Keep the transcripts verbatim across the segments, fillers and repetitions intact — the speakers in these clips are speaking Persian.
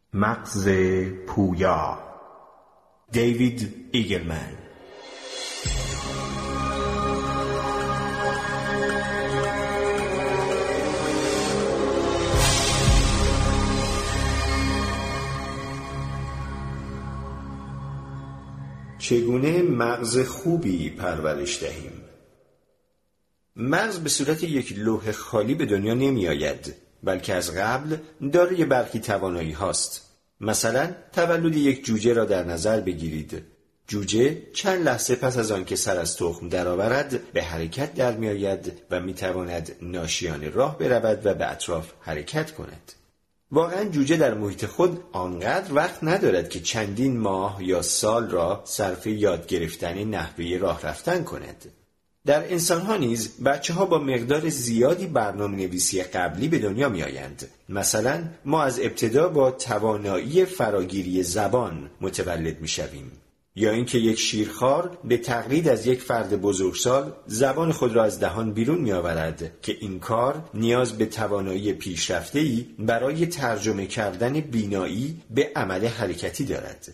مغز پویا، دیوید ایگلمن. چگونه مغز خوبی پرورش دهیم؟ مغز به صورت یک لوح خالی به دنیا نمی آید، بلکه از قبل دارای برخی توانایی هاست. مثلا تولد یک جوجه را در نظر بگیرید. جوجه چند لحظه پس از آن که سر از تخم درآورد به حرکت در می آید و می تواند ناشیانه راه برود و به اطراف حرکت کند. واقعا جوجه در محیط خود آنقدر وقت ندارد که چندین ماه یا سال را صرف یاد گرفتن نحوه راه رفتن کند. در انسان‌ها نیز بچه‌ها با مقدار زیادی برنامه‌نویسی قبلی به دنیا می‌آیند. مثلا ما از ابتدا با توانایی فراگیری زبان متولد می‌شویم، یا اینکه یک شیرخوار به تقلید از یک فرد بزرگسال زبان خود را از دهان بیرون می‌آورد که این کار نیاز به توانایی پیشرفته‌ای برای ترجمه کردن بینایی به عمل حرکتی دارد.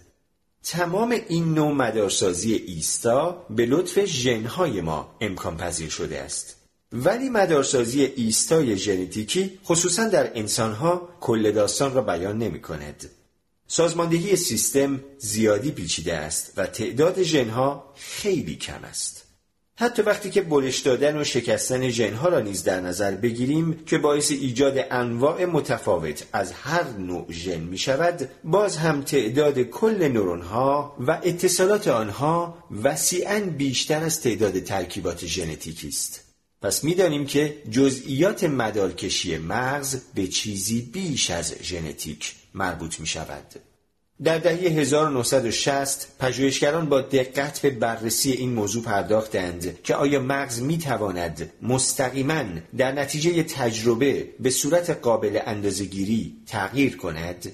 تمام این نوع مدارسازی ایستا به لطف ژن‌های ما امکان پذیر شده است. ولی مدارسازی ایستای ژنتیکی خصوصا در انسان‌ها کل داستان را بیان نمی‌کند. سازماندهی سیستم زیادی پیچیده است و تعداد ژن‌ها خیلی کم است. حتی وقتی که برش دادن و شکستن ژن‌ها را نیز در نظر بگیریم که باعث ایجاد انواع متفاوت از هر نوع ژن می شود، باز هم تعداد کل نورون‌ها و اتصالات آنها وسیعاً بیشتر از تعداد ترکیبات ژنتیکی است. پس می دانیم که جزئیات مدارکشی مغز به چیزی بیش از ژنتیک مربوط می شود. در دهه هزار و نهصد و شصت پژوهشگران با دقت به بررسی این موضوع پرداختند که آیا مغز میتواند مستقیما در نتیجه تجربه به صورت قابل اندازه‌گیری تغییر کند؟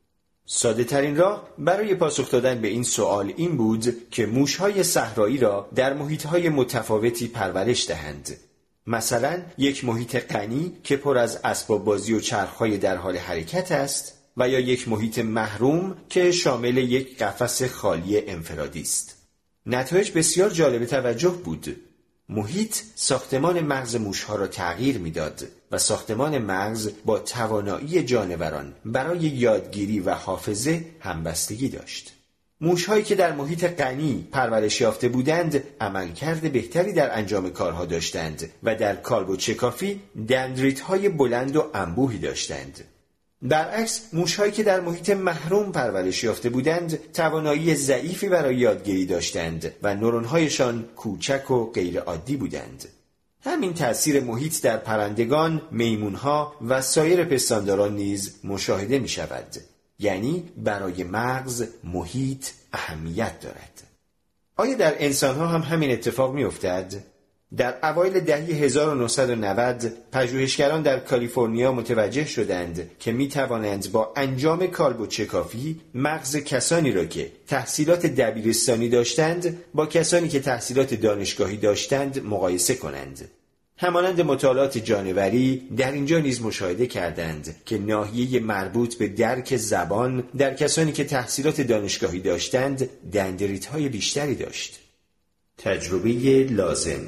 ساده ترین راه برای پاسخ دادن به این سوال این بود که موشهای صحرایی را در محیطهای متفاوتی پرورش دهند. مثلا یک محیط غنی که پر از اسباب بازی و چرخهای در حال حرکت است، و یا یک محیط محروم که شامل یک قفس خالی انفرادی است. نتایج بسیار جالب توجه بود. محیط ساختمان مغز موشها را تغییر میداد و ساختمان مغز با توانایی جانوران برای یادگیری و حافظه همبستگی داشت. موشهایی که در محیط غنی پرورش یافته بودند عملکرد بهتری در انجام کارها داشتند و در کالب و چکافی دندریت‌های بلند و انبوهی داشتند. برعکس موشهایی که در محیط محروم پرورش یافته بودند توانایی ضعیفی برای یادگیری داشتند و نورون‌هایشان کوچک و غیر عادی بودند. همین تأثیر محیط در پرندگان، میمون‌ها و سایر پستانداران نیز مشاهده می‌شود. یعنی برای مغز محیط اهمیت دارد. آیا در انسان‌ها هم همین اتفاق می‌افتد؟ در اوایل دهه هزار و نهصد و نود پژوهشگران در کالیفرنیا متوجه شدند که می توانند با انجام کالب و چکافی مغز کسانی را که تحصیلات دبیرستانی داشتند با کسانی که تحصیلات دانشگاهی داشتند مقایسه کنند. همانند مطالعات جانوری در اینجا نیز مشاهده کردند که ناحیه مربوط به درک زبان در کسانی که تحصیلات دانشگاهی داشتند دندریت‌های بیشتری داشت. تجربه لازم.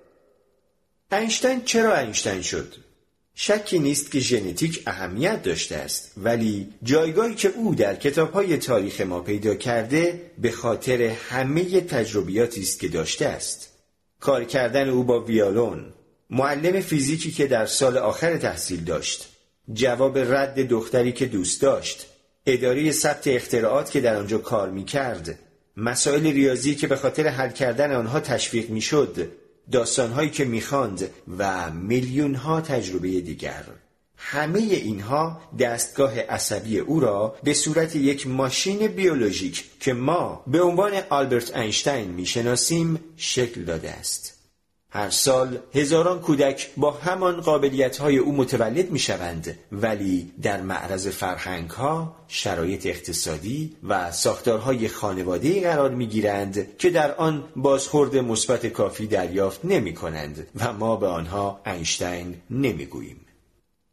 اینشتین چرا اینشتین شد؟ شکی نیست که ژنتیک اهمیت داشته است، ولی جایگاهی که او در کتاب‌های تاریخ ما پیدا کرده به خاطر همه تجربیاتی است که داشته است. کار کردن او با ویولون، معلم فیزیکی که در سال آخر تحصیل داشت، جواب رد دختری که دوست داشت، اداره ثبت اختراعات که در آنجا کار می‌کرد، مسائل ریاضی که به خاطر حل کردن آنها تشویق می‌شد، داستان‌هایی که می‌خواند و میلیون‌ها تجربه دیگر. همه اینها دستگاه عصبی او را به صورت یک ماشین بیولوژیک که ما به عنوان آلبرت اینشتین می‌شناسیم شکل داده است. هر سال هزاران کودک با همان قابلیت‌های او متولد می‌شوند، ولی در معرض فرهنگ‌ها، شرایط اقتصادی و ساختارهای خانواده‌ای قرار می‌گیرند که در آن بازخورد مثبت کافی دریافت نمی‌کنند و ما به آنها اینشتین نمی‌گوییم.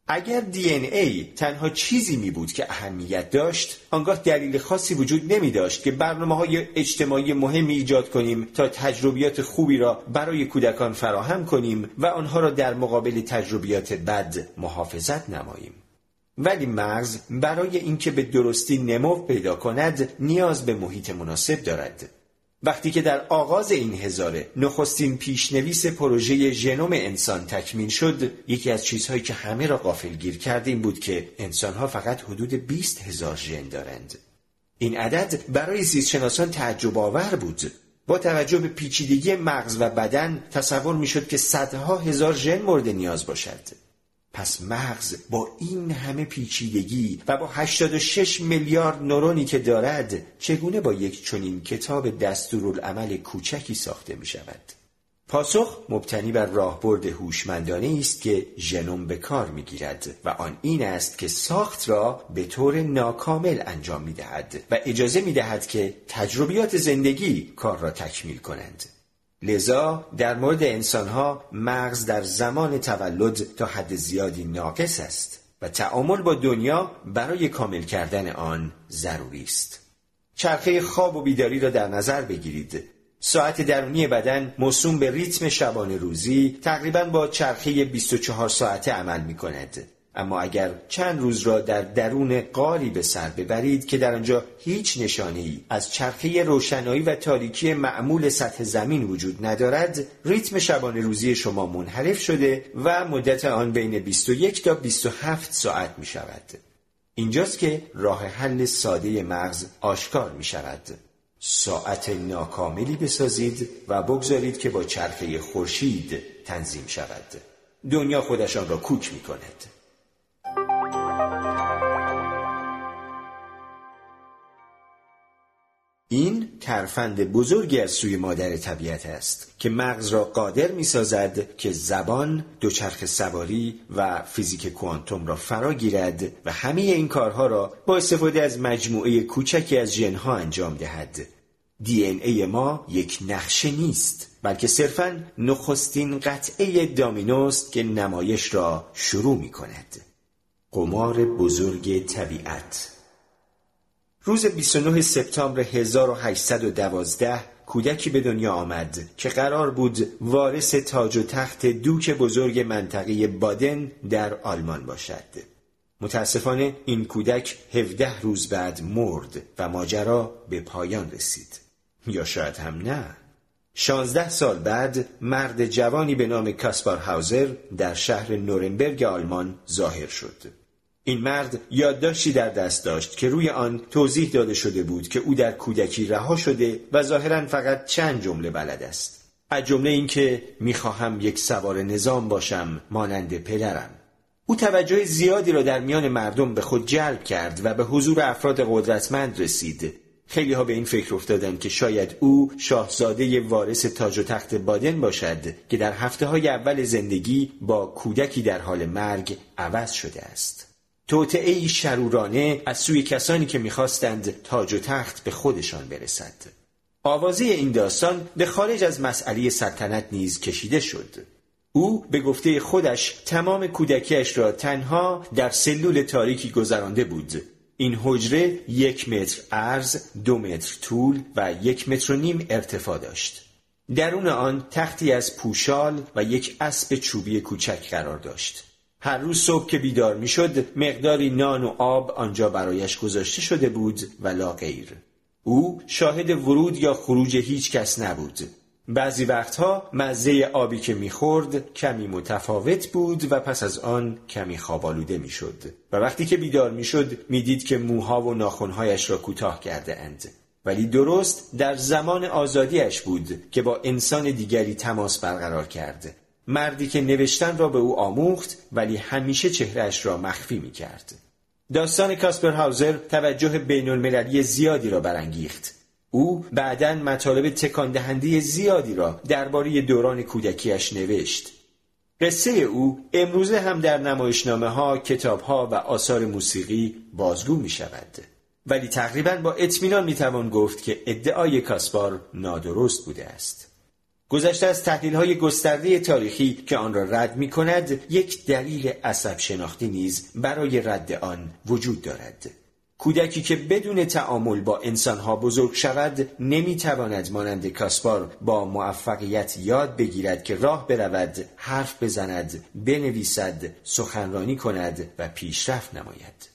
اگر دی ان ای تنها چیزی می بود که اهمیت داشت، آنگاه دلیل خاصی وجود نمی داشت که برنامه‌های اجتماعی مهمی ایجاد کنیم تا تجربیات خوبی را برای کودکان فراهم کنیم و آنها را در مقابل تجربیات بد محافظت نماییم. ولی مغز برای اینکه به درستی نمو پیدا کند نیاز به محیط مناسب دارد. وقتی که در آغاز این هزاره نخستین پیشنویس پروژه ژنوم انسان تکمیل شد، یکی از چیزهایی که همه را غافلگیر کرد این بود که انسان‌ها فقط حدود بیست هزار ژن دارند. این عدد برای زیستشناسان تعجب آور بود. با توجه به پیچیدگی مغز و بدن تصور می‌شد که صدها هزار ژن مورد نیاز باشد. پس مغز با این همه پیچیدگی و با هشتاد و شش میلیارد نورونی که دارد چگونه با یک چنین کتاب دستورالعمل کوچکی ساخته می شود؟ پاسخ مبتنی بر راهبرد هوشمندانه است که ژنوم به کار می گیرد و آن این است که ساخت را به طور ناکامل انجام می دهد و اجازه می دهد که تجربیات زندگی کار را تکمیل کنند. لذا در مورد انسانها مغز در زمان تولد تا حد زیادی ناقص است و تعامل با دنیا برای کامل کردن آن ضروری است. چرخه خواب و بیداری را در نظر بگیرید. ساعت درونی بدن موسوم به ریتم شبانه روزی تقریباً با چرخه بیست و چهار ساعته عمل می کند. اما اگر چند روز را در درون غاری به سر ببرید که در آنجا هیچ نشانه‌ای از چرخه روشنایی و تاریکی معمول سطح زمین وجود ندارد، ریتم شبانه روزی شما منحرف شده و مدت آن بین بیست و یک تا بیست و هفت ساعت می شود. اینجاست که راه حل ساده مغز آشکار می شود. ساعت ناکاملی بسازید و بگذارید که با چرخه خورشید تنظیم شود. دنیا خودشان را کوک می کند. این ترفند بزرگی از سوی مادر طبیعت است که مغز را قادر می سازد که زبان، دوچرخه سواری و فیزیک کوانتوم را فرا گیرد و همه این کارها را با استفاده از مجموعه کوچکی از ژن‌ها انجام دهد. دی ان ای ما یک نقشه نیست، بلکه صرفاً نخستین قطعه دامینوست که نمایش را شروع می کند. قمار بزرگ طبیعت. روز بیست و نهم سپتامبر هزار و هشتصد و دوازده کودکی به دنیا آمد که قرار بود وارث تاج و تخت دوک بزرگ منطقه بادن در آلمان باشد. متاسفانه این کودک هفده روز بعد مرد و ماجرا به پایان رسید. یا شاید هم نه. شانزده سال بعد مرد جوانی به نام کاسپار هاوزر در شهر نورنبرگ آلمان ظاهر شد. این مرد یادداشتی در دست داشت که روی آن توضیح داده شده بود که او در کودکی رها شده و ظاهراً فقط چند جمله بلد است. از جمله این که می‌خواهم یک سوار نظام باشم مانند پدرم. او توجه زیادی را در میان مردم به خود جلب کرد و به حضور افراد قدرتمند رسید. خیلی ها به این فکر افتادند که شاید او شاهزاده وارث تاج و تخت بادن باشد که در هفته‌های اول زندگی با کودکی در حال مرگ عوض شده است. توطئه‌ای شرورانه از سوی کسانی که می‌خواستند تاج و تخت به خودشان برسد. آوازه این داستان به خارج از مسئله سلطنت نیز کشیده شد. او به گفته خودش تمام کودکیش را تنها در سلول تاریکی گذرانده بود. این حجره یک متر عرض، دو متر طول و یک متر و نیم ارتفاع داشت. درون آن تختی از پوشال و یک اسب چوبی کوچک قرار داشت. هر روز صبح که بیدار می شد مقداری نان و آب آنجا برایش گذاشته شده بود و لا غیر. او شاهد ورود یا خروج هیچ کس نبود. بعضی وقتها مزه آبی که می‌خورد کمی متفاوت بود و پس از آن کمی خواب‌آلوده می‌شد و وقتی که بیدار می‌شد می‌دید که موها و ناخن‌هایش را کوتاه کرده اند. ولی درست در زمان آزادیش بود که با انسان دیگری تماس برقرار کرد. مردی که نوشتن را به او آموخت ولی همیشه چهرهش را مخفی می‌کرد. داستان کاسپر هاوزر توجه بین‌المللی زیادی را برانگیخت. او بعداً مطالب تکان دهنده زیادی را درباره دوران کودکیش نوشت. قصه او امروزه هم در نمایشنامه‌ها، کتاب‌ها و آثار موسیقی بازگو می‌شود. ولی تقریباً با اطمینان می‌توان گفت که ادعای کاسپار نادرست بوده است. گذشته از تحلیل‌های گسترده تاریخی که آن را رد می‌کند، یک دلیل عصب شناختی نیز برای رد آن وجود دارد. کودکی که بدون تعامل با انسانها بزرگ شود نمیتواند مانند کاسپار با موفقیت یاد بگیرد که راه برود، حرف بزند، بنویسد، سخنرانی کند و پیشرفت نماید.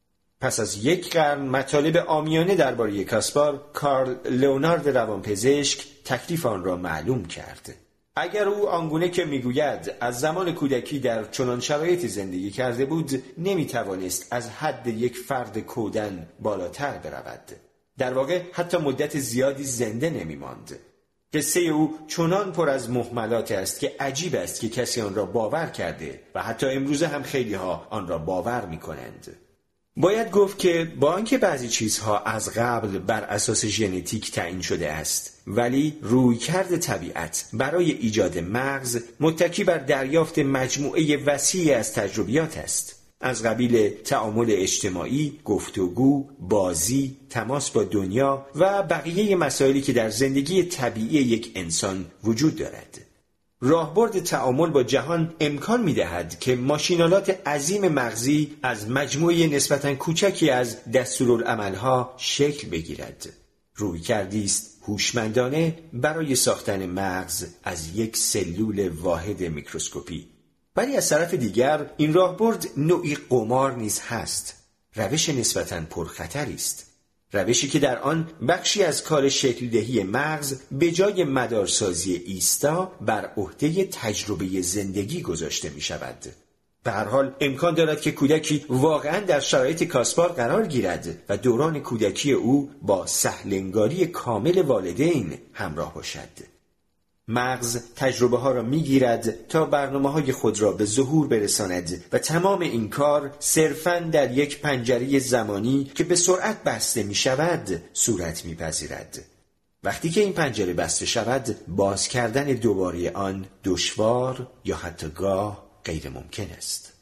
پس از یک قرن مطالب عامیانه درباره کاسپار، کارل لئونارد روانپزشک تکلیف آن را معلوم کرد. اگر او آنگونه که میگوید از زمان کودکی در چنان شرایطی زندگی کرده بود، نمیتوانست از حد یک فرد کودن بالاتر برود. در واقع حتی مدت زیادی زنده نمیماند. قصه او چنان پر از مهملات است که عجیب است که کسی آن را باور کرده و حتی امروزه هم خیلی ها آن را باور میکنند. باید گفت که با آنکه بعضی چیزها از قبل بر اساس ژنتیک تعیین شده است، ولی رویکرد طبیعت برای ایجاد مغز متکی بر دریافت مجموعه وسیعی از تجربیات است، از قبیل تعامل اجتماعی، گفتگو، بازی، تماس با دنیا و بقیه مسائلی که در زندگی طبیعی یک انسان وجود دارد. راهبرد تعامل با جهان امکان می‌دهد که ماشینالات عظیم مغزی از مجموعه نسبتاً کوچکی از دستورالعمل‌ها شکل بگیرد. رویکردی است هوشمندانه برای ساختن مغز از یک سلول واحد میکروسکوپی. ولی از طرف دیگر این راهبرد نوعی قمار نیز هست. روش نسبتاً پرخطری است. روشی که در آن بخشی از کار شکل دهی مغز به جای مدارسازی ایستا بر عهده تجربه زندگی گذاشته می شود. به هر حال امکان دارد که کودکی واقعاً در شرایط کاسپار قرار گیرد و دوران کودکی او با سهلنگاری کامل والدین همراه باشد. مغز تجربه ها را می گیرد تا برنامه های خود را به ظهور برساند و تمام این کار صرفاً در یک پنجره زمانی که به سرعت بسته می شود صورت می پذیرد. وقتی که این پنجره بسته شود، باز کردن دوباره آن دشوار یا حتی گاه غیر ممکن است.